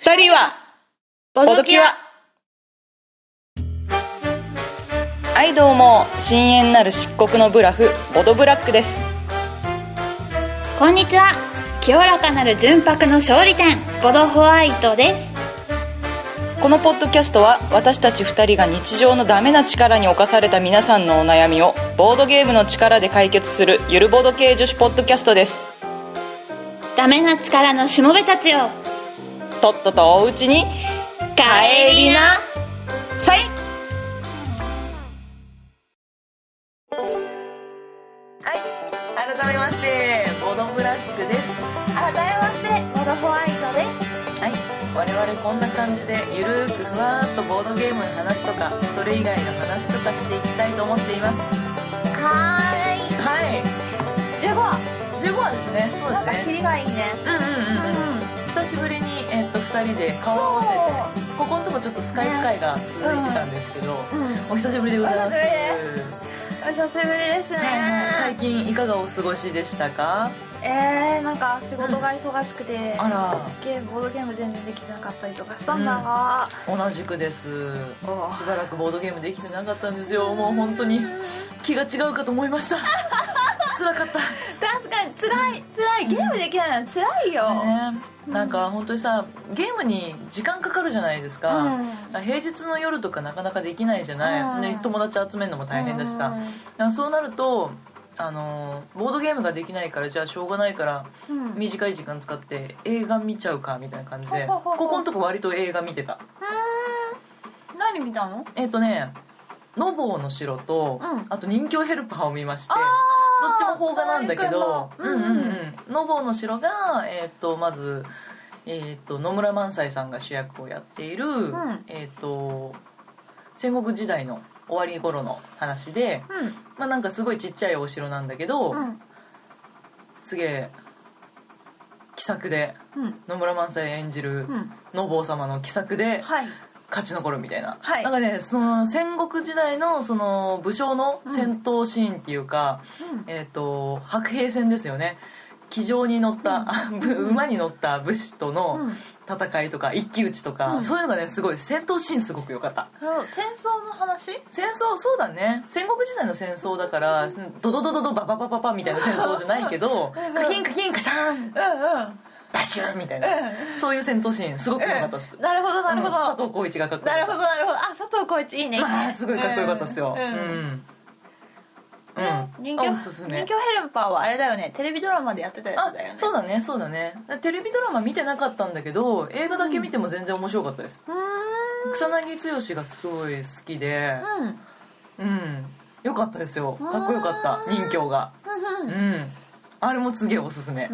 二人はボドキュア。はいどうも、深淵なる漆黒のブラフボドブラックです。 こんにちは。清らかなる純白の勝利点ボドホワイトです。 このポッドキャストは私たち2人が日常のダメな力に侵された皆さんのお悩みをボードゲームの力で解決するゆるボード系女子ポッドキャストです。 ダメな力のしもべたちよ、 とっととおうちに帰りなさい。はい、改めましてボドブラックです。 改めましてボドホワイトです。 はい、我々こんな感じでゆるーくふわーっとボードゲームの話とかそれ以外の話とかしていきたいと思っています。 はーい、 はい、15話ですね。そうですね。 なんかキリがいいね。 久しぶりに、2人で顔を合わせて、ここのとこちょっとスカイプ会が続いてたんですけど、お久しぶりでございます。 お久しぶりですね。 最近いかがお過ごしでしたか？ なんか仕事が忙しくて、 あら、 ボードゲーム全然できてなかったりとかしたんだが、 同じくです。しばらくボードゲームできてなかったんですよ。もう本当に気が違うかと思いました。辛かった。 確かに辛い。ゲームできないのは辛いよ、 なんか本当にさ、ゲームに時間かかるじゃないですか、平日の夜とかなかなかできないじゃない、で友達集めるのも大変だしさ、そうなるとボードゲームができないから、じゃあしょうがないから、短い時間使って映画見ちゃうかみたいな感じで、ここのとこ割と映画見てた。 何見たの？ ノボーの城と、あと人形ヘルパーを見まして、どっちも邦画なんだけど、ノボーの城が、まず、野村萬斎さんが主役をやっている、戦国時代の終わり頃の話で、なんかすごいちっちゃいお城なんだけど、すげえ奇策で、野村萬斎演じるノボー様の奇策で、勝ち残るみたいな、なんかね、その戦国時代のその武将の戦闘シーンっていうか、白兵戦ですよね。騎乗に乗った馬に乗った武士との戦いとか一騎打ちとか、そういうのがね、すごい戦闘シーンすごく良かった。 戦争の話？ 戦争、そうだね、戦国時代の戦争だからドドドドドバババババみたいな戦闘じゃないけどカキンカキンカシャンバシューみたいな、そういう戦闘シーンすごく良かったっす。 なるほど、 佐藤浩市がかっこよかった。 なるほど。あ、佐藤浩市いいね。 すごいかっこよかったっすよ。 人形ヘルパーはあれだよね、テレビドラマでやってたやつだよね。 そうだね。テレビドラマ見てなかったんだけど、映画だけ見ても全然面白かったです。草薙剛がすごい好きで、よかったですよ。かっこよかった、人形が。あれもすげえおすすめ。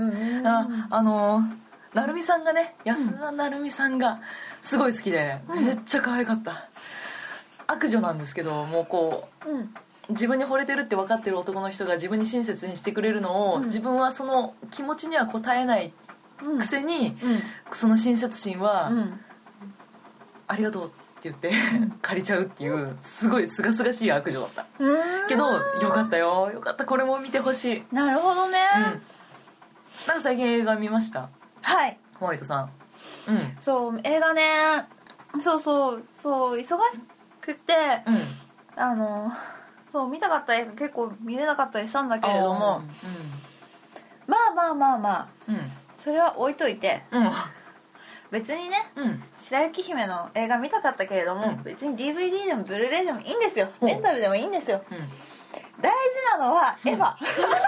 成美さんがね、安田成美さんがすごい好きで、めっちゃ可愛かった。悪女なんですけど、もうこう、自分に惚れてるって分かってる男の人が自分に親切にしてくれるのを、自分はその気持ちには応えないくせに、その親切心は、ありがとうって言って借りちゃうっていう、すごい清々しい悪女だった。けどよかったよ、これも見てほしい。なるほどね。 なんか最近映画見ました？ はい、 ホワイトさん。 そう映画ね、そう忙しくて、そう見たかった映画結構見れなかったりしたんだけれども、まあ、それは置いといて、別にね、白雪姫の映画見たかったけれども、別に DVD でもブルーレイでもいいんですよ、レンタルでもいいんですよ。大事なのはエヴァ。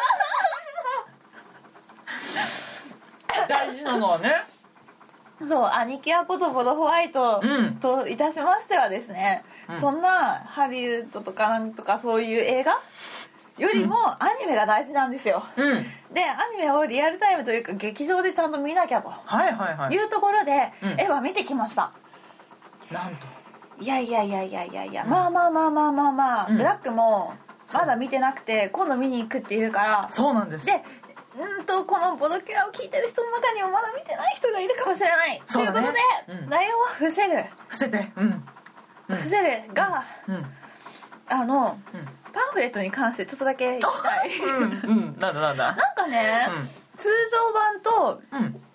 大事なのはね、 そう、兄貴やことボドホワイトといたしましてはですね、そんなハリウッドとかなんとかそういう映画よりもアニメが大事なんですよ。で、アニメをリアルタイムというか劇場でちゃんと見なきゃというところでエヴァ見てきました。 なんと、 いや、まあ、ブラックもまだ見てなくて今度見に行くっていうから。 そうなんです。 で、このボドキュアを聞いてる人の中にもまだ見てない人がいるかもしれない、ということで、内容は伏せて伏せるが、パンフレットに関してちょっとだけ言いたい。 なんだなんかね、通常版と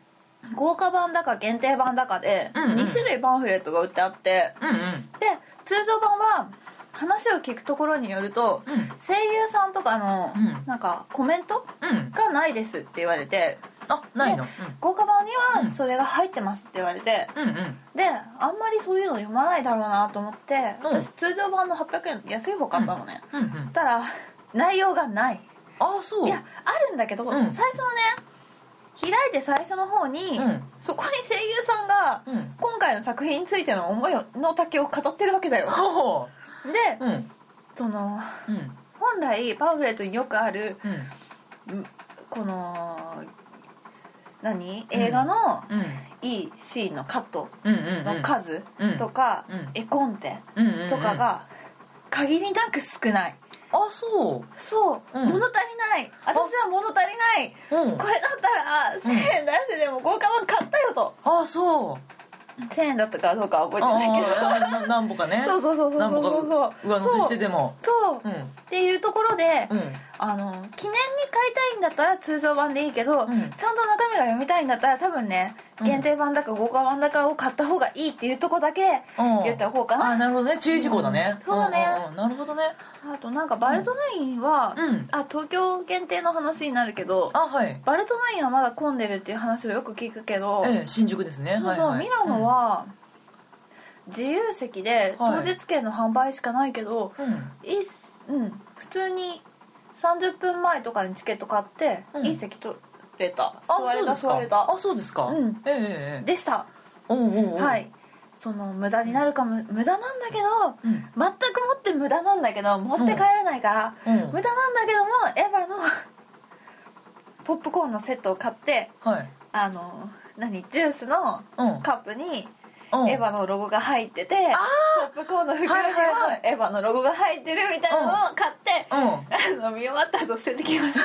豪華版だか限定版だかで2種類パンフレットが売ってあって、で通常版は話を聞くところによると、声優さんとかのなんかコメントがないですって言われて、 ないの、 豪華版にはそれが入ってますって言われて、であんまりそういうの読まないだろうなと思って、私通常版の800円安い方買ったのね、たら内容がない。 そう。 いやあるんだけど、最初のね開いて最初の方に、そこに声優さんが、今回の作品についての思いの丈を語ってるわけだよ。で、その、本来パンフレットによくある、この映画のいいシーンのカットの数とか、絵コンテとかが限りなく少ない。そう、物足りない。私は物足りない、これだったら1000円出してでも豪華版買ったよと。そう1000円だったかどうかは覚えてないけど、 何歩かね、 そう何歩か上乗せしてでもっていうところで、記念に買いたいんだったら通常版でいいけど、ちゃんと中身が読みたいんだったら多分ね、限定版だか豪華版だかを買った方がいいっていうところだけ言っておこうかな。 なるほどね、注意事項だね。 そうだね。 なるほどね。 あとなんかバルトナインは、東京限定の話になるけど、バルトナインはまだ混んでるっていう話をよく聞くけど、 新宿ですね。 そうミラノは自由席で当日券の販売しかないけど、普通に30分前とかにチケット買っていい席取れた。座れた。 そうですか。 でした。はい。その無駄になるかも、無駄なんだけど、全くもって無駄なんだけど、持って帰れないから、無駄なんだけどもエヴァのポップコーンのセットを買って、ジュースのカップにエヴァのロゴが入ってて、ポップコーンの袋にもエヴァのロゴが入ってるみたいなのを買って、見終わった後捨ててきました。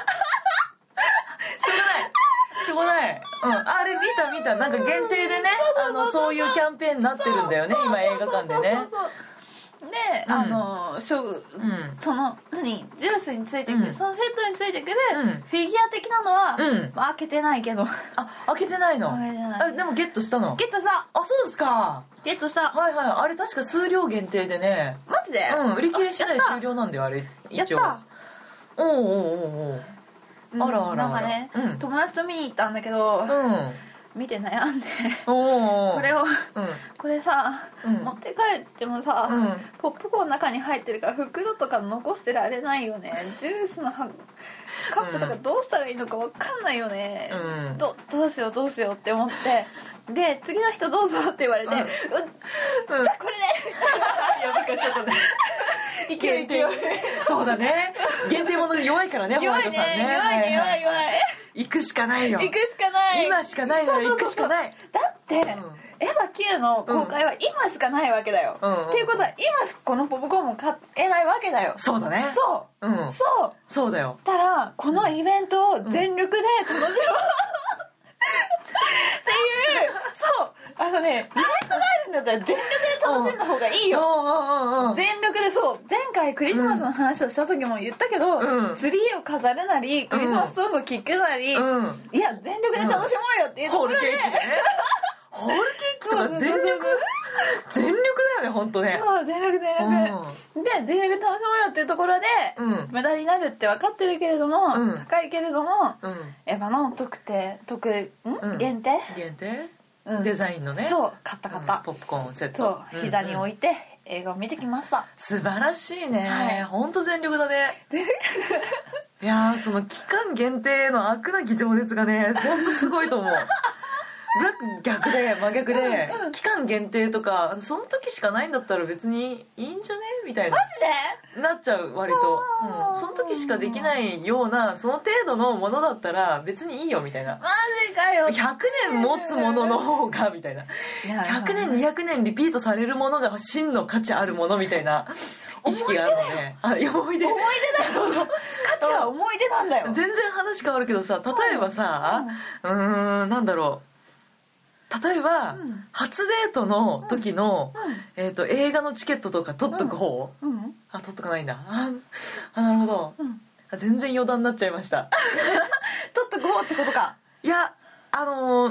しょうがない。あれ見た。なんか限定でね、そういうキャンペーンになってるんだよね、今映画館でね。 で、そのジュースについてくる、そのセットについてくるフィギュア的なのは、開けてないけど。 開けてないの。でもゲットしたの。 ゲットした。 そうですか。 ゲットした。 あれ確か数量限定でね。 マジで？ 売り切れ次第終了なんだよ、あれ一応。 やった。 なんかね、友達と見に行ったんだけど、見て悩んで、これさ、持って帰ってもさ、ポップコーンの中に入ってるから袋とか残してられないよね、ジュースのカップとかどうしたらいいのか分かんないよね、どうしようって思って、で次の人どうぞって言われて、じゃあこれねやばかちょっとね勢いそうだね、限定物で弱いからね、ホワイトさんね。弱い行くしかないよ。今しかないのよ。行くしかない。 だって、エヴァ9の公開は今しかないわけだよ。っていうことは今このポップコーンも買えないわけだよ。 そうだね。そうだよ。 たらこのイベントを全力で楽しむっていう、イベントがあるんだったら全力で楽しんだ方がいいよ。全力で。前回クリスマスの話をした時も言ったけど、ツリーを飾るなりクリスマスソングを聴くなり、いや全力で楽しもうよっていうところで、 ホールケーキとか全力だよね、本当ね。 全力で全力で楽しもうよっていうところで、無駄になるって分かってるけれども、高いけれども、エヴァの限定デザインのね、 買ったポップコーンセット、 膝に置いて映画を見てきました。 素晴らしいね、本当全力だね。いやその期間限定の飽くなき情熱がね、本当すごいと思う。ブラック真逆で、期間限定とかその時しかないんだったら別にいいんじゃねみたいな、 マジでなっちゃう割と、その時しかできないようなその程度のものだったら別にいいよみたいな。 マジかよ。 100年持つものの方がみたいな、100年200年リピートされるものが真の価値あるものみたいな意識があるので、思い出だよ。 価値は思い出なんだよ。 全然話変わるけどさ、例えばさ、なんだろう、例えば、初デートの時の、映画のチケットとか取っとく方、取っとかないんだ。なるほど、全然余談になっちゃいました。 取っとく方ってことか。 いや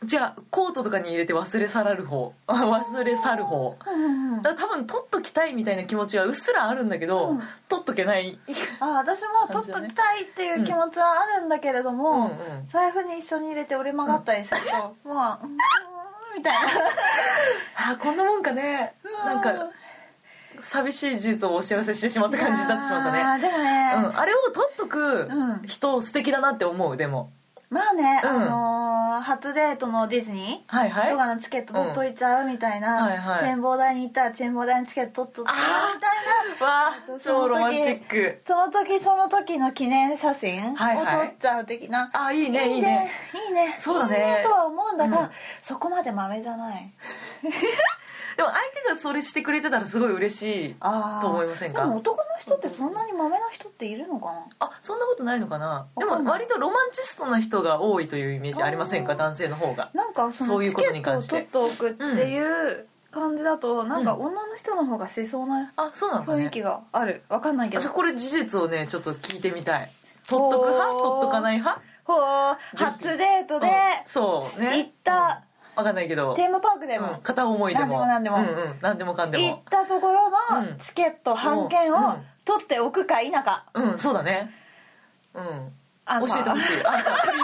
じゃあコートとかに入れて忘れ去る方だから多分取っときたいみたいな気持ちはうっすらあるんだけど、取っとけない私も取っときたいっていう気持ちはあるんだけれども、財布に一緒に入れて折れ曲がったりすると、まあみたいなこんなもんかね、なんか寂しい事実をお知らせしてしまった感じになってしまったね。 でもね、 あれを取っとく人素敵だなって思う。でもまあね、初デートのディズニーとかのチケット取っといちゃうみたいな、展望台に行ったら展望台のチケット取っとってみたいな、 わー超ロマンチック。 その時の記念写真を撮っちゃう的な、 いいねいいねそうだね、 いいねとは思うんだが、そこまで豆じゃないでも相手がそれしてくれてたらすごい嬉しいと思いませんか？ でも男の人ってそんなに豆な人っているのかな？ そんなことないのかな。でも割とロマンチストな人が多いというイメージありませんか？男性の方が。 なんかそのチケットを取っておくっていう感じだと、なんか女の人の方がしそうな雰囲気がある。分かんないけど、 これ事実をねちょっと聞いてみたい。取っとく派取っとかない派。 初デートで行った分かんないけどテーマパークでも、 片思いでも何でもかんでも行ったところのチケット半券を取っておくか否か。 そうだね。教えてほしい。プリーズアンサー。プリーズ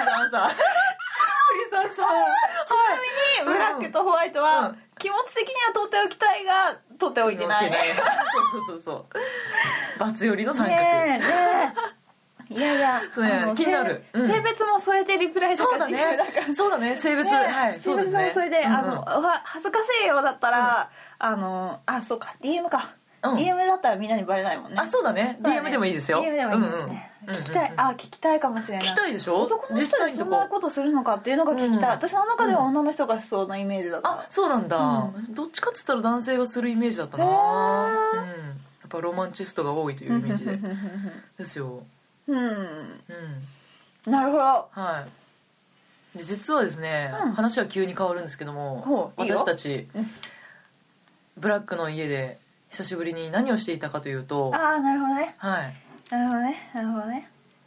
アンサー。ちなみにブラックとホワイトは気持ち的には取っておきたいが取っておいてない。 そう罰よりの三角。いや気になる。 性別も添えてリプライとかっていう。 そうだね性別。 性別も添えて、恥ずかしいようだったらそうか DM か。DM だったらみんなにバレないもんね。 そうだね。DM でもいいですよ。 DM でもいいですね。聞きたいかもしれない。 聞きたいでしょ。 男の人にそんなことするのかっていうのが聞きたい。私の中では女の人がしそうなイメージだった。 そうなんだ。どっちかっつったら男性がするイメージだったな。やっぱロマンチストが多いというイメージですよ。 なるほど。 で実はですね、話は急に変わるんですけども、私たちブラックの家で久しぶりに何をしていたかというと、 なるほどね。なるほどね。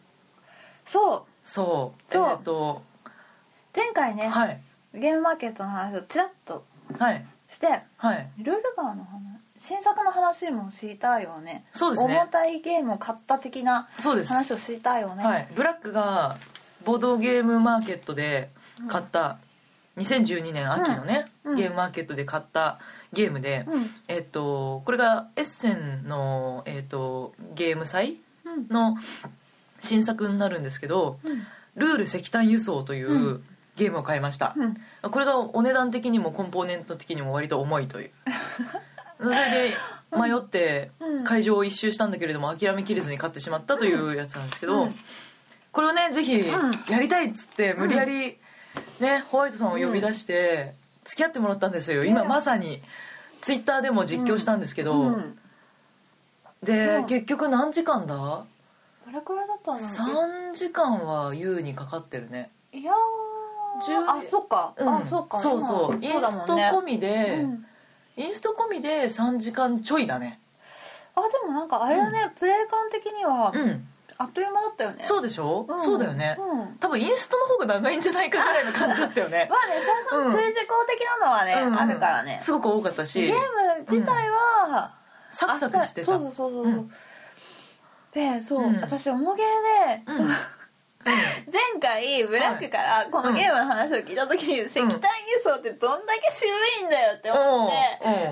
そう前回ね、ゲームマーケットの話をちらっとして、ルールガーの話、新作の話も知りたいよね。 そうですね。 重たいゲームを買った的な話を知りたいよね。 ブラックがボードゲームマーケットで買った2012年秋のね、ゲームマーケットで買ったゲームで、これがエッセンの、ゲーム祭の新作になるんですけど、ルール石炭輸送というゲームを買いました。これがお値段的にもコンポーネント的にも割と重いというそれで迷って会場を一周したんだけれども諦めきれずに買ってしまったというやつなんですけど、これをねぜひやりたいっつって無理やりねホワイトさんを呼び出して付き合ってもらったんですよ。今まさにツイッターでも実況したんですけど、で結局何時間だ？どれくらいだったの ？3時間は優にかかってるね。 いやそっか、 そうインスト込みで、インスト込みで3時間ちょいだね。 でもなんかあれだね、プレイ感的にはあっという間だったよね。 そうでしょ、そうだよね、多分インストの方が長いんじゃないかぐらいの感じだったよね。 その追事項的なのはね、あるからね。 すごく多かったし、 ゲーム自体はサクサクしてた。 そうで、私おもげで前回ブラックからこのゲームの話を聞いた時に、石炭輸送ってどんだけ渋いんだよって思って、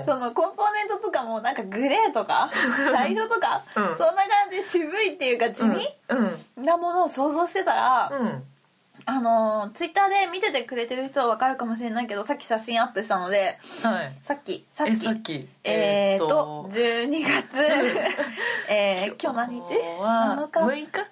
そのコンポーネントとかもなんかグレーとか茶色とか、そんな感じで渋いっていうか地味なものを想像してたら、ツイッターで見ててくれてる人は分かるかもしれないけど、さっき写真アップしたので、さっき12月今日何日？7日 6日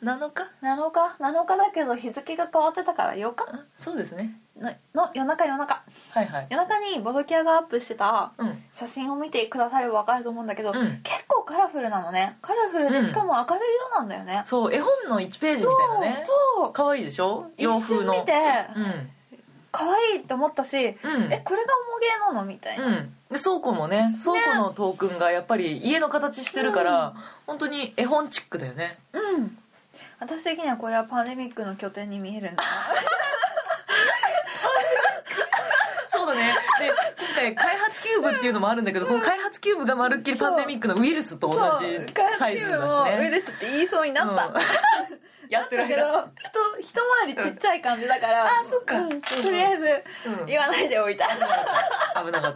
7日だけど日付が変わってたから8日？ そうですねの夜中、夜中にボドキアがアップしてた写真を見てくだされば分かると思うんだけど、結構カラフルなのね。カラフルでしかも明るい色なんだよね。 そう、絵本の1ページみたいなね。そう可愛いでしょ、洋風の。 一瞬見て可愛いって思ったし、これがおもげなのみたいな。 で倉庫もね、倉庫のトークンがやっぱり家の形してるから、本当に絵本チックだよね。 私的にはこれはパンデミックの拠点に見えるんだ開発キューブっていうのもあるんだけど、この開発キューブがまるっきりパンデミックのウイルスと同じサイズだしね。 ウイルスって言いそうになった、 やってるけど一回りちっちゃい感じだから、 あ、そっか、 とりあえず言わないでおいた。 危なかった。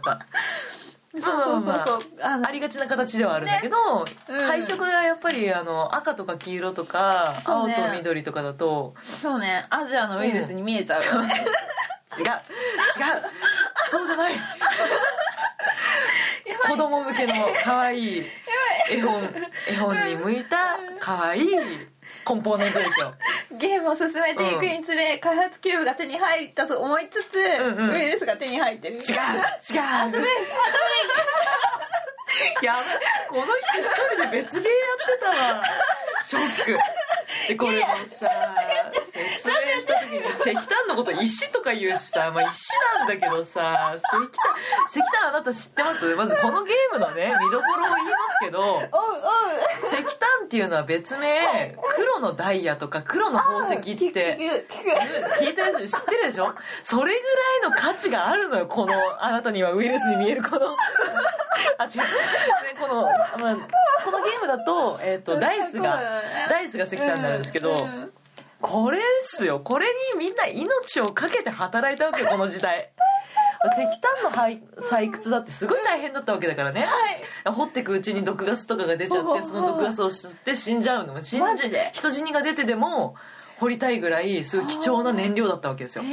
ありがちな形ではあるんだけど、配色がやっぱり赤とか黄色とか青と緑とかだと、 そうね、アジアのウイルスに見えちゃうよね。 違うそうじゃない。子供向けの可愛い絵本に向いた可愛いコンポーネントですよ。 ゲームを進めていくにつれ、開発キューブが手に入ったと思いつつ、ウイルスが手に入ってる。違うやべ、この人一人で別ゲーやってたわ。ショックで、これもさ、説明した時に石炭のこと石とか言うしさ、まあ、石なんだけどさ、石炭あなた知ってます？まずこのゲームのね、見どころを言いますけど、石炭っていうのは別名黒のダイヤとか黒の宝石って聞いたでしょ、知ってるでしょ。それぐらいの価値があるのよ、このあなたにはウイルスに見えるこのあ、違う、ね、このゲームだと、ダイスが石炭になるんですけど、これですよ、これにみんな命をかけて働いたわけよ、この時代。石炭の採掘だってすごい大変だったわけだからね、掘っていくうちに毒ガスとかが出ちゃって、その毒ガスを吸って死んじゃうの、人死にが出てでも掘りたいぐらいすごい貴重な燃料だったわけですよ。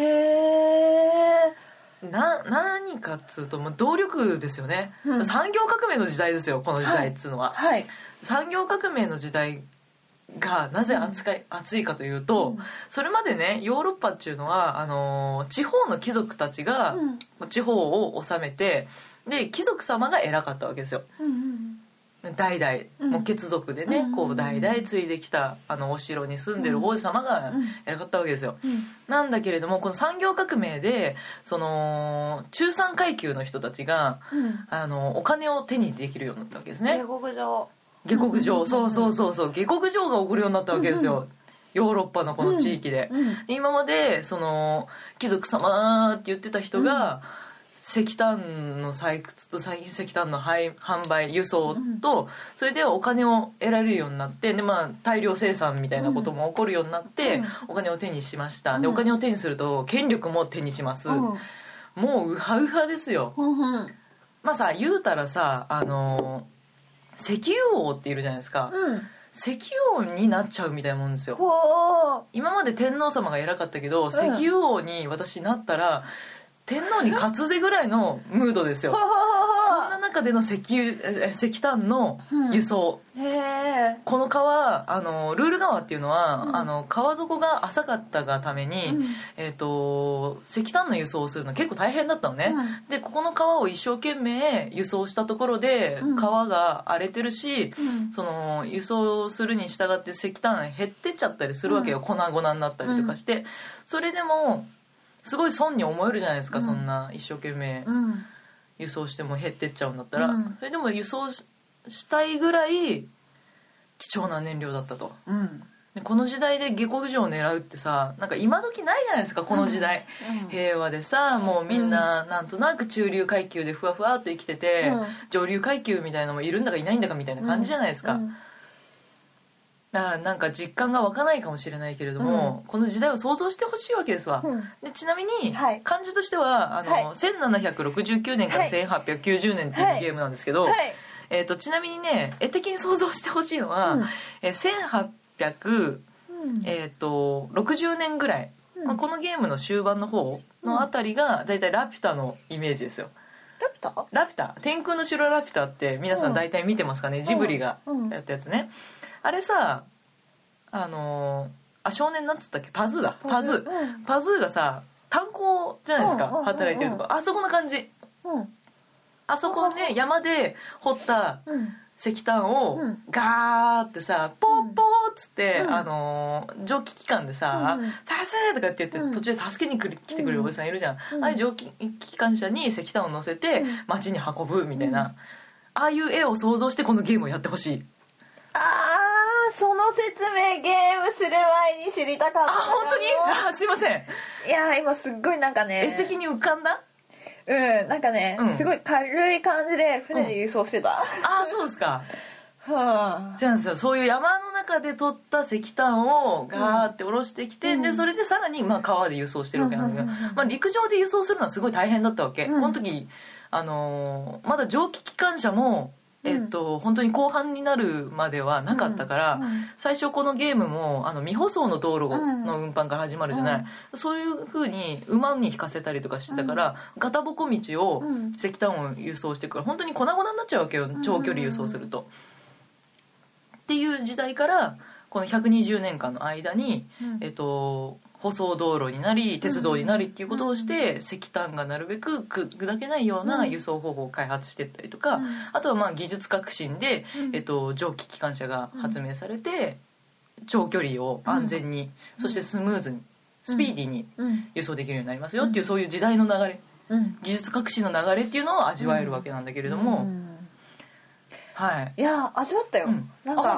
何かっつうと、動力ですよね、産業革命の時代ですよ、この時代っつうのは、産業革命の時代がなぜ熱いかというと、それまでね、ヨーロッパっていうのは地方の貴族たちが地方を治めて、で貴族様が偉かったわけですよ、代々もう血族でね、こう代々継いできたお城に住んでる王子様が偉かったわけですよ、なんだけれども、この産業革命でその中産階級の人たちが、お金を手にできるようになったわけですね。下克上、そう下克上が起こるようになったわけですよ、ヨーロッパのこの地域で、今までその貴族様って言ってた人が、石炭の採掘と石炭の販売輸送と、それでお金を得られるようになって、で、大量生産みたいなことも起こるようになって、お金を手にしました。でお金を手にすると権力も手にします、もうウハウハですよ、さ、言うたらさ、石油王っているじゃないですか、石油王になっちゃうみたいなもんですよ。今まで天皇様が偉かったけど、石油王に私なったら天皇に勝つぜぐらいのムードですよ。そんな中での石炭の輸送、この川、ルール川っていうのは、川底が浅かったがために、石炭の輸送をするのは結構大変だったのね、でここの川を一生懸命輸送したところで、川が荒れてるし、その輸送するに従って石炭減ってっちゃったりするわけよ、粉々になったりとかして、それでもすごい損に思えるじゃないですか、そんな一生懸命輸送しても減ってっちゃうんだったら、それでも輸送したいぐらい貴重な燃料だったと、でこの時代で下克上を狙うってさ、なんか今時ないじゃないですか、この時代、平和でさ、もうみんななんとなく中流階級でふわふわっと生きてて、上流階級みたいなのもいるんだかいないんだかみたいな感じじゃないですか、だからなんか実感が湧かないかもしれないけれども、この時代を想像してほしいわけですわ、でちなみに漢字としては1769年から1890年っていうゲームなんですけど、ちなみにね、絵的に想像してほしいのは、1860年ぐらい、このゲームの終盤の方のあたりがだいたいラピュタのイメージですよ。ラピュタ、天空の城ラピュタって皆さん大体見てますかね、ジブリがやったやつね、あれさ、少年なんつったっけ、パズーだ、パズーがさ炭鉱じゃないですか、働いてるとこ、あそこの感じ、あそこね、山で掘った石炭をガーってさ、ポッポーっつって、蒸気機関でさ「助け!」とかって言って途中で助けに来てくれるおじさんいるじゃん、ああいう蒸気機関車に石炭を乗せて街に運ぶみたいな、ああいう絵を想像してこのゲームをやってほしい。 その説明ゲームする前に知りたかった。 本当に？すいません。 いや今すっごいなんかね、 絵的に浮かんだ？ なんかね、すごい軽い感じで船で輸送してた、ああそうですかはあ、じゃあですよ、そういう山の中で取った石炭をガーって下ろしてきて、でそれでさらに川で輸送してるわけなんだけど、陸上で輸送するのはすごい大変だったわけ、この時まだ蒸気機関車も本当に後半になるまではなかったから、最初このゲームも未舗装の道路の運搬から始まるじゃない、そういう風に馬に引かせたりとかしてたから、ガタボコ道を石炭を輸送してくる、本当に粉々になっちゃうわけよ、長距離輸送すると、っていう時代からこの120年間の間に、舗装道路になり鉄道になりっていうことをして、石炭がなるべく砕けないような輸送方法を開発していったりとか、あとは技術革新で、蒸気機関車が発明されて、長距離を安全に、そしてスムーズにスピーディーに輸送できるようになりますよっていう、そういう時代の流れ、技術革新の流れっていうのを味わえるわけなんだけれども、はい、 いや味わったよ、なんか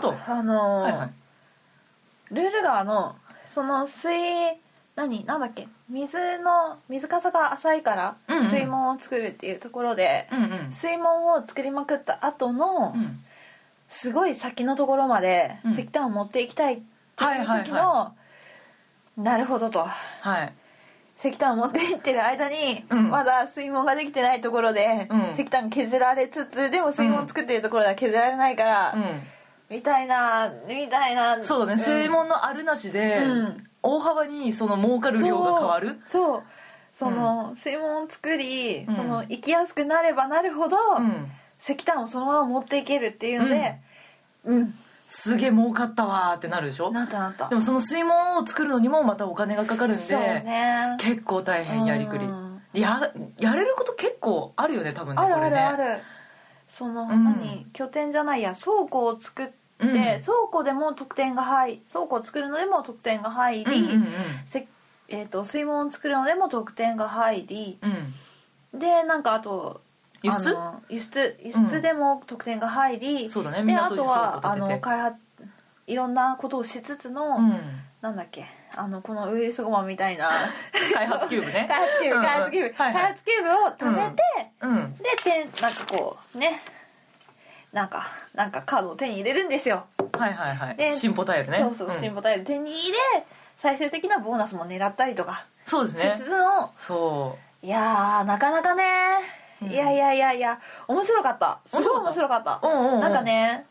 ルール川のそのなんだっけ、水かさが浅いから水門を作るっていうところで、水門を作りまくった後の、すごい先のところまで石炭を持っていきたいっていう時の、なるほどと、石炭を持っていってる間に、まだ水門ができてないところで、石炭削られつつでも水門作ってるところでは削られないから、みたいなそうだね、水門のあるなしで、大幅にその儲かる量が変わる、 その水門を作り、その行きやすくなればなるほど、石炭をそのまま持っていけるっていうので、 すげえ儲かったわーってなるでしょ。 なったでもその水門を作るのにもまたお金がかかるんで、結構大変、やりくり、やれること結構あるよね多分ね。 あるその、拠点じゃないや、倉庫を作って、倉庫でも得点が入り、倉庫を作るのでも得点が入り、水門を作るのでも得点が入り、でなんかあと輸出でも得点が入り、であとは開発、いろんなことをしつつの、なんだっけ、このウイルスゴマみたいな開発キューブね開発キューブを貯めて、でなんかこうね、なんかカードを手に入れるんですよ。 で進歩タイルね、 進歩タイル手に入れ、最終的なボーナスも狙ったりとか、 そうですね、 しつつの、いやーなかなかね、いや面白かった、すごい面白かった。なんかね、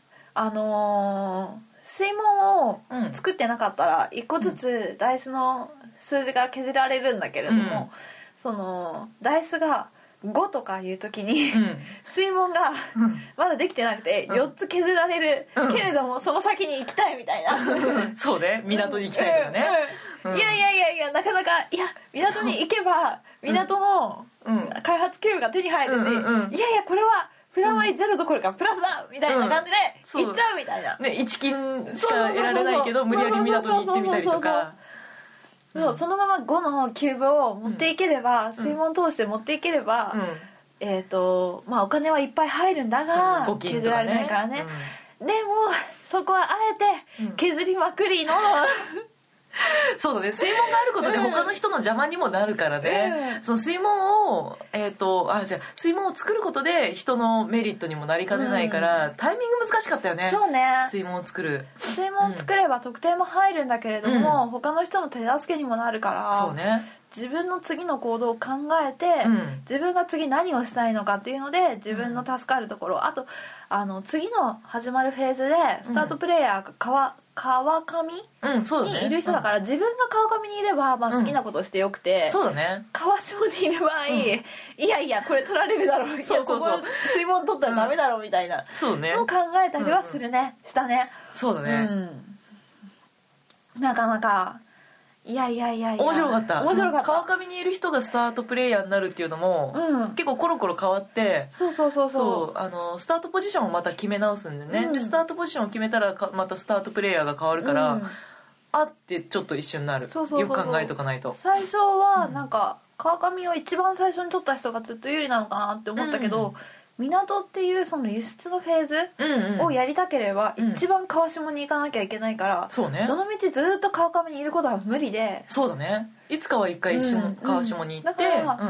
水門を作ってなかったら1個ずつダイスの数字が削られるんだけれども、そのダイスが5とかいう時に、水門がまだできてなくて4つ削られる、けれどもその先に行きたいみたいなそうね、港に行きたいとかね、 いやなかなか、いや港に行けば港の開発キューブが手に入るし、いやこれはプラマイゼロどころかプラスだみたいな感じで行っちゃうみたいな、 1金しか得られないけど無理やり港に行ってみたりとか、 そのまま5のキューブを持っていければ、水門通して持っていければ、お金はいっぱい入るんだが、削られないからね、でもそこはあえて削りまくりのそうだね、水門があることで他の人の邪魔にもなるからね、その水門を水門を作ることで人のメリットにもなりかねないから、タイミング難しかったよね。 そうね、 水門を作る、 水門を作れば得点も入るんだけれども、他の人の手助けにもなるから、 そうね、 自分の次の行動を考えて、自分が次何をしたいのかっていうので自分の助かるところ、あと次の始まるフェーズでスタートプレイヤーが川上にいる人だから、自分が川上にいれば、好きなことしてよくて、 そうだね、 川下にいる場合、いやこれ取られるだろう、いやここ水門取ったらダメだろうみたいなのを考えたりはするね、したね。 そうだね、 なかなかいや面白かった。川上にいる人がスタートプレイヤーになるっていうのも、結構コロコロ変わって、 そうスタートポジションをまた決め直すんでね、でスタートポジションを決めたらまたスタートプレイヤーが変わるから、あってちょっと一瞬なる、よく考えとかないと。 最初はなんか川上を一番最初に取った人がずっと有利なのかなって思ったけど、 港っていうその輸出のフェーズをやりたければ一番川下に行かなきゃいけないから、 そうね、 どの道ずっと川上にいることは無理で。 そうだね、いつかは一回川下に行って、 だから、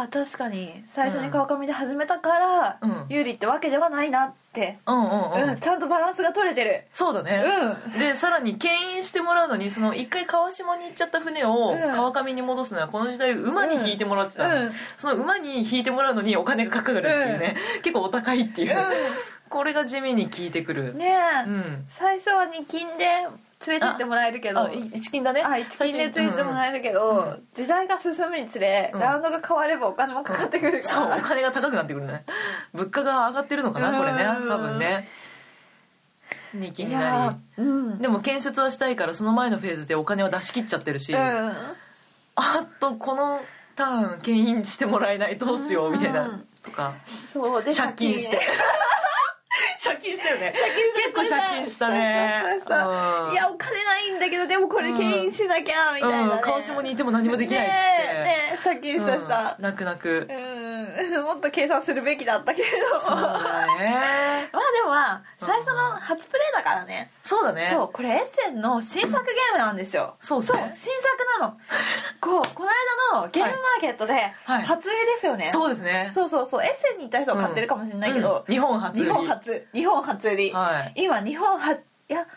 確かに最初に川上で始めたから、有利ってわけではないなって、ちゃんとバランスが取れてる。 そうだね、でさらに牽引してもらうのに、その一回川下に行っちゃった船を川上に戻すのはこの時代馬に引いてもらってたの、その馬に引いてもらうのにお金がかかるっていうね、結構お高いっていう、これが地味に効いてくるねえ、最初は2金で連れてってもらえるけど、 1金だね、 1金で連れてってもらえるけど、時代が進むにつれ、ラウンドが変わればお金もかかってくるから、 そう、お金が高くなってくるね。物価が上がってるのかな、これね、多分ね。2金になり、でも建設はしたいからその前のフェーズでお金は出し切っちゃってるし、あとこのターン牽引してもらえない、どうしようみたいなとか、 そうで借金して借金したよね。結構借金したね。 いやお金ないんだけど、でもこれ牽引しなきゃみたいなね、 川下にいても何もできないっつってね、借金した泣く泣く、 もっと計算するべきだったけれど、 そうだね。 まあでも最初の初プレイだからね。 そうだね。 そう、これエッセンの新作ゲームなんですよ。 そう、 新作なの。この間のゲームマーケットで初売りですよね。 そうですね。 そうエッセンに行った人は買ってるかもしれないけど、 日本初売り、 日本初売り、今日本初、いや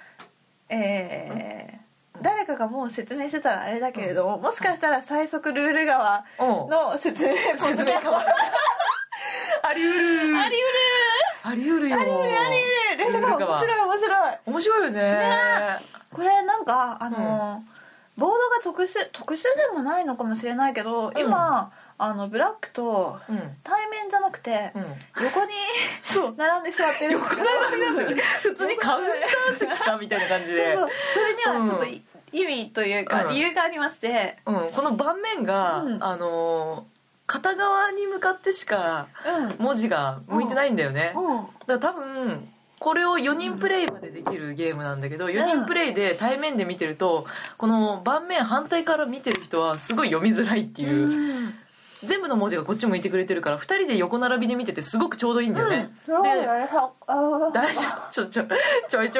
誰かがもう説明してたらあれだけれども、もしかしたら最速ルール側の説明かありうるありうるよ、 ルール側面白いよね。これなんかボードが特殊でもないのかもしれないけど、今ブラックと対面じゃなくて横に並んで座ってる、 普通にカウンター席かみたいな感じで、 それにはちょっと意味というか理由がありまして、 この盤面が片側に向かってしか文字が向いてないんだよね。だから多分これを4人プレイまでできるゲームなんだけど、4人プレイで対面で見てるとこの盤面反対から見てる人はすごい読みづらいっていう、全部の文字がこっち向いてくれてるから2人で横並びで見ててすごくちょうどいいんだよね。で大丈夫、ちょい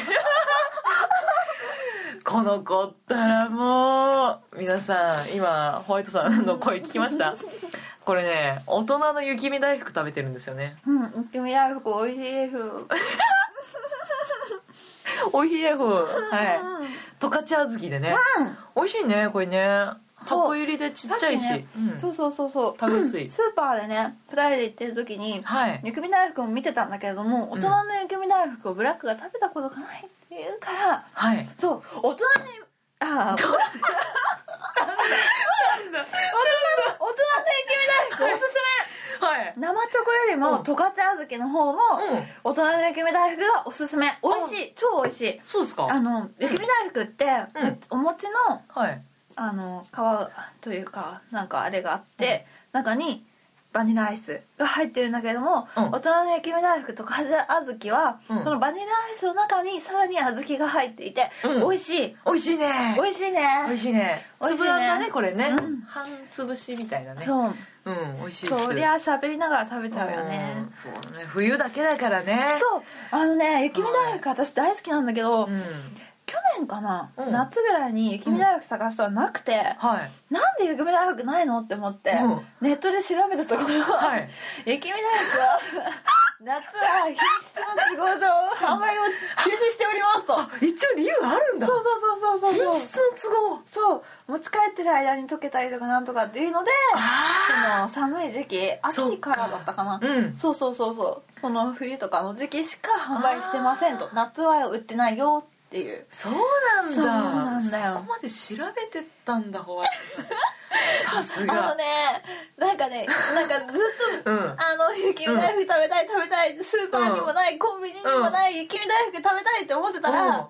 この子ったらもう、皆さん今ホワイトさんの声聞きました？これね、大人の雪見大福食べてるんですよね。 雪見大福おいしいですおいしいです。十勝小豆でね、おいしいねこれね。箱入りでちっちゃいし、 そう食べやすい。 スーパーでねプライで行ってる時に、雪見大福も見てたんだけれども、大人の雪見大福をブラックが食べたことがないって言うから、そう大人の雪見大福おすすめ、生チョコよりも十勝小豆の方の大人の雪見大福がおすすめ。美味しい、超美味しい。 そうですか。 雪見大福ってお餅の皮というかなんかあれがあって、中にバニラアイスが入ってるんだけども、大人の雪見大福とか小豆は、このバニラアイスの中にさらに小豆が入っていて、美味しいね。 美味しいね。粒あんだねこれね。半潰しみたいなね。美味しいです。 そりゃ喋りながら食べちゃうよね。 そうだね。冬だけだからね。 そう雪見大福私大好きなんだけど。去年かな、夏ぐらいに雪見大福探したらなくて、なんで雪見大福ないのって思って、ネットで調べたところ、雪見大福は夏は品質の都合上販売を休止しておりますと。 一応理由あるんだ。 そう品質の都合、 そう持ち帰ってる間に溶けたりとかなんとかっていうので、その寒い時期秋からだったかな、そうその冬とかの時期しか販売してませんと、夏は売ってないよっていう。 そうなんだよ。 そこまで調べてたんだホワイトさすが。 なんかずっと、雪見大福食べたい、スーパーにもない、コンビニにもない雪見大福食べたいって思ってたら、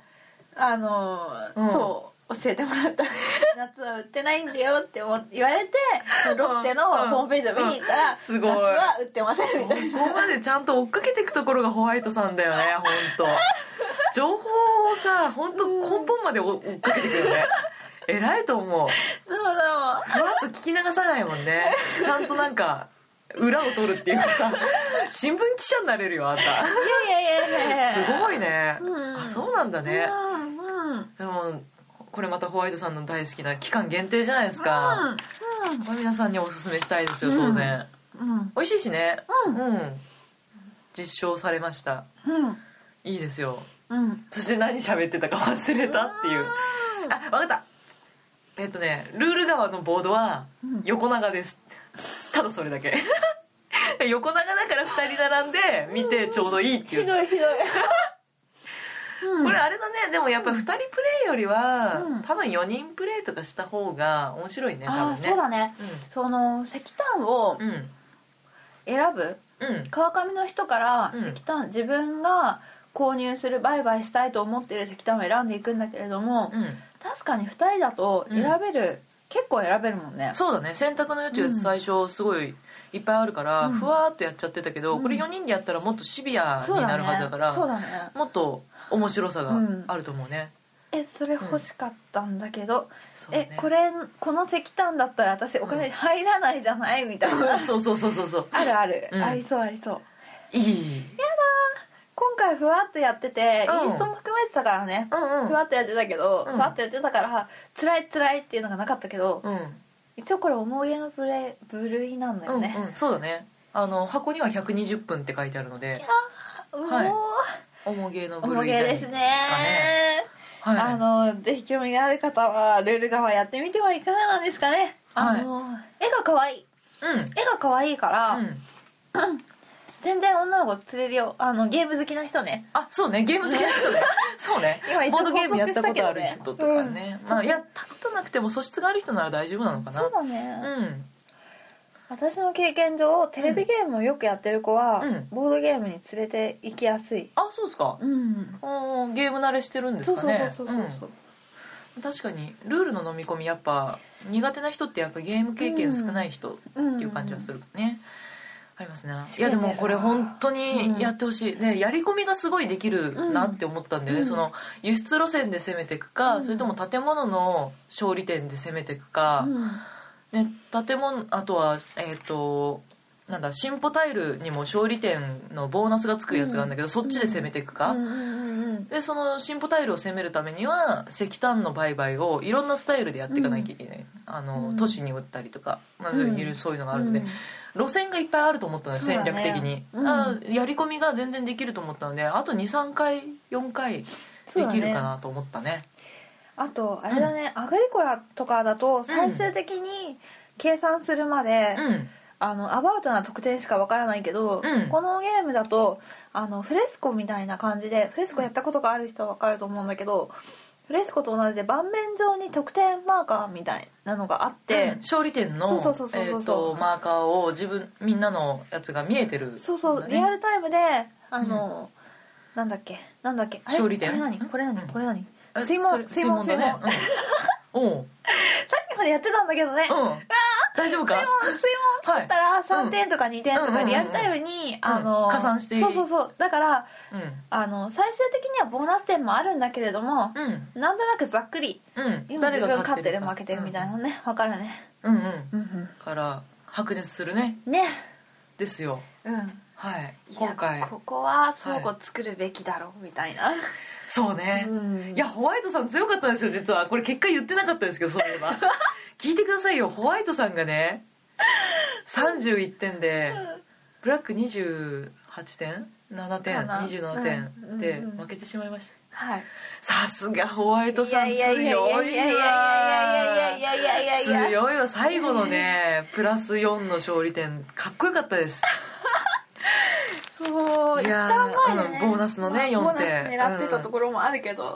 そう教えてもらった。夏は売ってないんだよって言われて、ロッテのホームページを見に行ったら、夏は売ってませんみたいな。 ここまでちゃんと追っかけていくところがホワイトさんだよね。本当情報をさ、本当根本まで追っかけていくよね。偉いと思う。 そうだもん。 ふわっと聞き流さないもんね。ちゃんとなんか裏を取るっていうかさ新聞記者になれるよあんた。いやすごいね、あそうなんだね、でもこれまたホワイトさんの大好きな期間限定じゃないですか、皆さんにおすすめしたいですよ当然、美味しいしね、実証されました、いいですよ、そして何喋ってたか忘れたっていう、あ分かった、ルール川のボードは横長です、ただそれだけ横長だから2人並んで見てちょうどいいっていう、 ひどいこれあれだね、でもやっぱ2人プレイよりは、多分4人プレイとかした方が面白いね、多分ね。 そうだね、その石炭を選ぶ、川上の人から石炭、自分が購入する売買したいと思っている石炭を選んでいくんだけれども、確かに2人だと選べる、結構選べるもんね。 そうだね、選択の余地が最初すごいいっぱいあるから、ふわーっとやっちゃってたけど、これ4人でやったらもっとシビアになるはずだから、もっと面白さがあると思うね、 それ欲しかったんだけど、この石炭だったら私お金入らないじゃないみたいな、 そうあるある、ありそういい、 やだ今回ふわっとやってて、インストも含めてたからね、ふわっとやってたけど、ふわっとやってたから辛いっていうのがなかったけど、一応これ重げの部類なんだよね、 そうだね、箱には120分って書いてあるので、重げの部類じゃないですかね。 ぜひ興味がある方はルール側やってみてはいかがなんですかね。絵が可愛い、絵が可愛いから、全然女の子釣れるよ、ゲーム好きな人ね。 あ、そうね、ゲーム好きな人ねそうね、ボードゲームやったことある人とかね、やったことなくても素質がある人なら大丈夫なのかな。 そうだね、私の経験上テレビゲームをよくやってる子は、ボードゲームに連れて行きやすい。 あ、そうですか、ゲーム慣れしてるんですかね。 そう確かにルールの飲み込みやっぱ苦手な人ってやっぱゲーム経験少ない人っていう感じはするね、ありますね。いやでもこれ本当にやってほしい、やり込みがすごいできるなって思ったんだよね、その輸出路線で攻めていくか、それとも建物の勝利点で攻めていくか、建物、あとはなんだ進歩タイルにも勝利点のボーナスがつくやつがあるんだけど、そっちで攻めていくか、でその進歩タイルを攻めるためには石炭の売買をいろんなスタイルでやっていかなきゃいけない、都市に売ったりとか、そういうのがあるので、路線がいっぱいあると思ったので、戦略的に、やり込みが全然できると思ったので、あと 2,3 回4回できるかなと思ったね。 あとあれだね、アグリコラとかだと最終的に計算するまで、アバウトな得点しかわからないけど、このゲームだとフレスコみたいな感じで、フレスコやったことがある人はわかると思うんだけど、フレスコと同じで盤面上に得点マーカーみたいなのがあって、 勝利点のマーカーをみんなのやつが見えてる、 リアルタイムでなんだっけ勝利点、 これ何水門だねおさっきまでやってたんだけどね、 大丈夫か。 水門作ったら3点とか2点とかリアルタイムに加算していい。 そうだから、最終的にはボーナス点もあるんだけれども、なんとなくざっくり、今自分勝ってる負けてるみたいなね、分かるね。 から白熱するねですよ。今回ここは倉庫作るべきだろうみたいな。 そうね、いやホワイトさん強かったんですよ実は。これ結果言ってなかったですけど、そういえば聞いてくださいよ。ホワイトさんがね31点でブラック28点7点27点で負けてしまいました。さすがホワイトさん強いわ。強いわ。最後のねプラス4の勝利点かっこよかったですそう、一旦前でね、 ボーナスのね4点ボーナス狙ってたところもあるけど、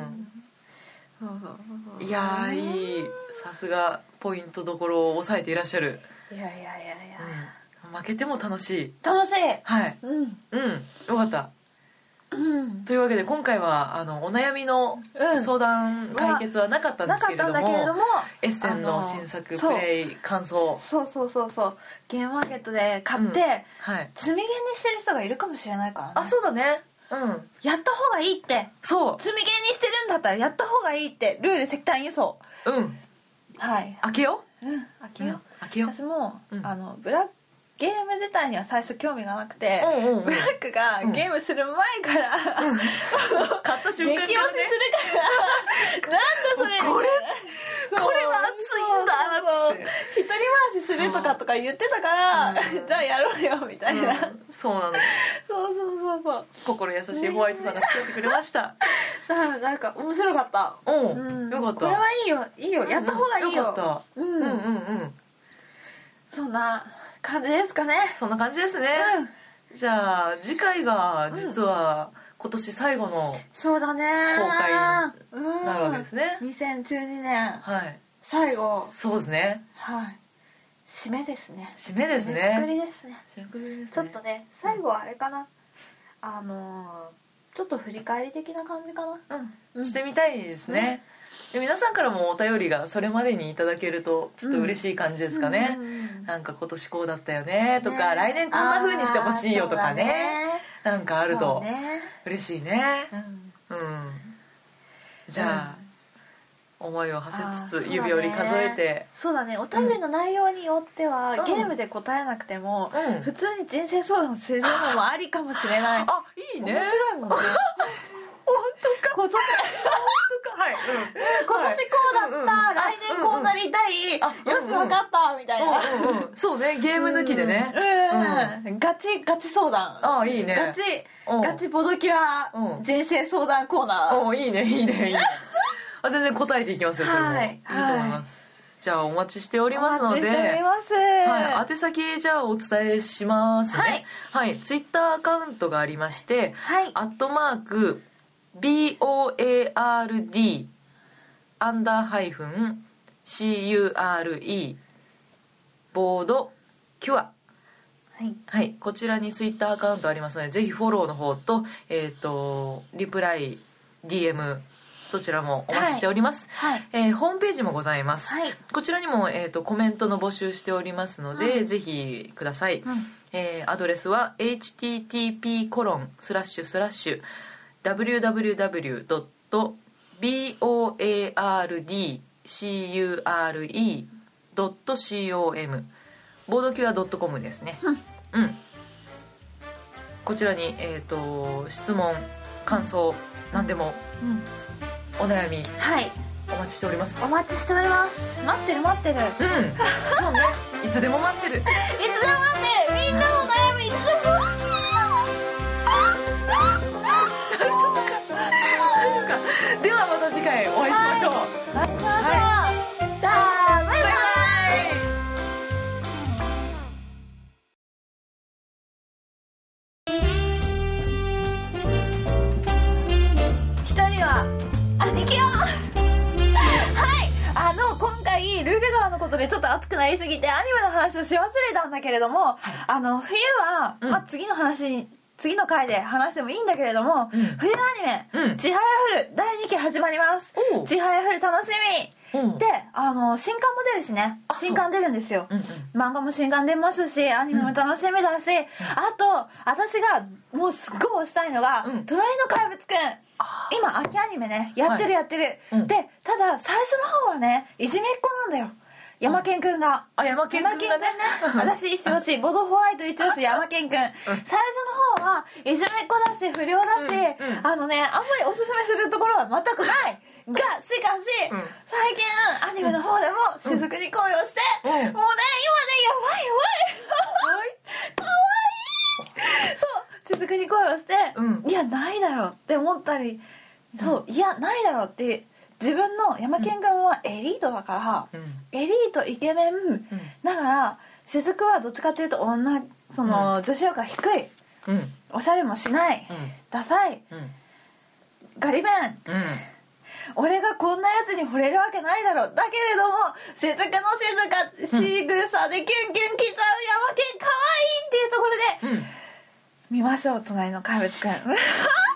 いやいい、さすがポイントどころを抑えていらっしゃる。 いや、 負けても楽しい。 はいよかった、というわけで今回はお悩みの相談解決はなかったんですけれども、エッセンの新作プレイ感想、 そうゲームマーケットで買って積みゲーにしてる人がいるかもしれないからね。 あ、そうだね、 やった方がいいって。 そう、 積みゲーにしてるんだったらやった方がいいってルール石炭輸送。 開けよう。 開けよう。私もブラッゲーム自体には最初興味がなくて、ブラックがゲームする前から、 買った瞬間からね、激推しするからなんだそれこれは熱いんだって一人回しするとか言ってたから、じゃあやろうよみたいな、 そうなの。 そう心優しいホワイトさんが作ってくれました。 なんか面白かった。 よかった。 これはいいよやった方がいいよ。 よかった。 そんな感じですかね。 そんな感じですね。じゃあ次回が実は今年最後のそうだね公開になるわけですね。 2012年はい最後。 そうですね。 はい。締めですね。 締めですね。 締めくくりですね。 締めくくりですね。 ちょっとね最後はあれかな、ちょっと振り返り的な感じかな、 してみたいですね。で皆さんからもお便りがそれまでにいただけるとちょっと嬉しい感じですかね。なんか今年こうだったよねとか、来年こんな風にしてほしいよとかね、なんかあると嬉しいね。じゃあ、思いを馳せつつ指折り数えて、 そうだね、お便りの内容によっては、ゲームで答えなくても、普通に人生相談するのもありかもしれない。 あ、いいね。 面白いもんね。 本当か。 今年こうだった、来年こうなりたい、よし分かったみたいな。 そうね、ゲーム抜きでね。 ガチ相談。 あ、いいね。 ガチボドキュア人生相談コーナー。 いいね。全然答えていきますよ。それもいいと思います。じゃあお待ちしておりますので、宛先じゃあお伝えしますね。はい、ツイッターアカウントがありまして、@BOARD _CURE ボードキュア、はい、こちらにツイッターアカウントありますので、ぜひフォローの方とリプライ DM どちらもお待ちしております。ホームページもございます。こちらにも、コメントの募集しておりますので、ぜひください。アドレスは http://www.boardcure.com ボードキュア .com ですね。こちらに、質問感想何でも、お悩み、お待ちしております。 お待ちしております。待ってるそうね、いつでも待ってるみんなの悩みいつでも待ってる。 ではまた次回お会いしましょう。 じゃあバイバイ。兄貴よ。今回ルール川のことでちょっと熱くなりすぎてアニメの話をし忘れたんだけれども、冬は、次の回で話してもいいんだけれども、冬のアニメ、ちはやふる第2期始まります。ちはやふる楽しみで、新刊も出るしね。新刊出るんですよ。漫画も新刊出ますし、アニメも楽しみだし、あと私がもうすっごい推したいのが、隣の怪物くん。今秋アニメねやってる、でただ最初の方はねいじめっ子なんだよ、ヤマケンくんが。 ヤマケンくんがね私一押しボドホワイト一押しヤマケンくん、最初の方はいじめっ子だし不良だし、あんまりおすすめするところは全くないが、しかし、最近アニメの方でも雫に恋をして、もうね今ねやばいかわいい。そう雫に恋をして、いやないだろうって思ったり、いやないだろうって、自分のヤマケン君はエリートだから、エリートイケメン、だから雫はどっちかっていうと女女子力が低い、おしゃれもしない、ダサい、ガリ弁、俺がこんなやつに惚れるわけないだろう。だけれども雫の仕草でキュンキュンきちゃうヤマケンかわいいっていうところで、見ましょう隣の怪物くん。